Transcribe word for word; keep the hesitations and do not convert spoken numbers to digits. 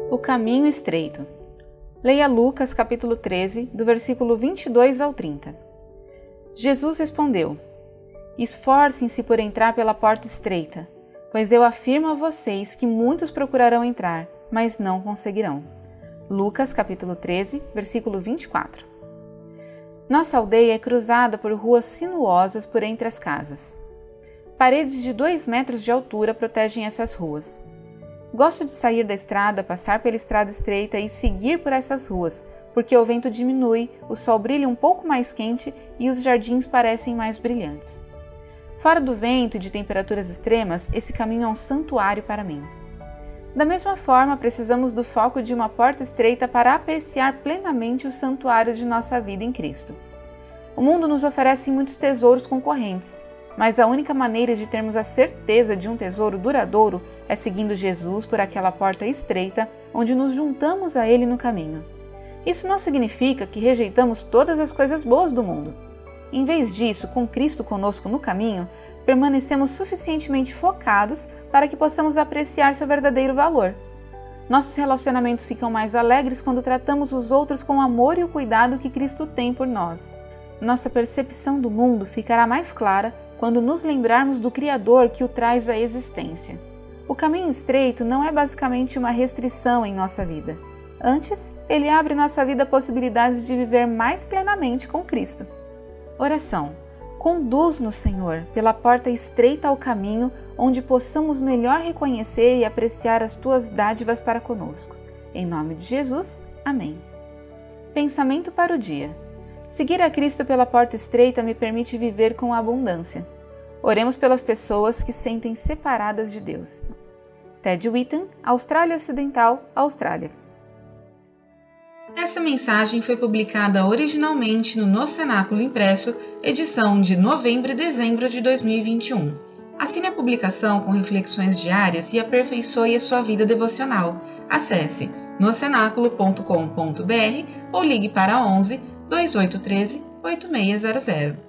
O caminho estreito. Leia Lucas capítulo treze, do versículo vinte e dois ao trinta. Jesus respondeu: Esforcem-se por entrar pela porta estreita, pois eu afirmo a vocês que muitos procurarão entrar, mas não conseguirão. Lucas capítulo treze, versículo vinte e quatro. Nossa aldeia é cruzada por ruas sinuosas por entre as casas. Paredes de dois metros de altura protegem essas ruas. Gosto de sair da estrada, passar pela estrada estreita e seguir por essas ruas, porque o vento diminui, o sol brilha um pouco mais quente e os jardins parecem mais brilhantes. Fora do vento e de temperaturas extremas, esse caminho é um santuário para mim. Da mesma forma, precisamos do foco de uma porta estreita para apreciar plenamente o santuário de nossa vida em Cristo. O mundo nos oferece muitos tesouros concorrentes, mas a única maneira de termos a certeza de um tesouro duradouro é seguindo Jesus por aquela porta estreita onde nos juntamos a Ele no caminho. Isso não significa que rejeitamos todas as coisas boas do mundo. Em vez disso, com Cristo conosco no caminho, permanecemos suficientemente focados para que possamos apreciar seu verdadeiro valor. Nossos relacionamentos ficam mais alegres quando tratamos os outros com o amor e o cuidado que Cristo tem por nós. Nossa percepção do mundo ficará mais clara quando nos lembrarmos do Criador que o traz à existência. O caminho estreito não é basicamente uma restrição em nossa vida. Antes, ele abre nossa vida a possibilidades de viver mais plenamente com Cristo. Oração. Conduz-nos, Senhor, pela porta estreita ao caminho, onde possamos melhor reconhecer e apreciar as Tuas dádivas para conosco. Em nome de Jesus, amém. Pensamento para o dia. Seguir a Cristo pela porta estreita me permite viver com abundância. Oremos pelas pessoas que sentem separadas de Deus. Ted Whitten, Austrália Ocidental, Austrália. Essa mensagem foi publicada originalmente no No Cenáculo Impresso, edição de novembro e dezembro de dois mil e vinte e um. Assine a publicação com reflexões diárias e aperfeiçoe a sua vida devocional. Acesse no cenáculo ponto com ponto b r ou ligue para onze, dois oito um três, oito seis zero zero.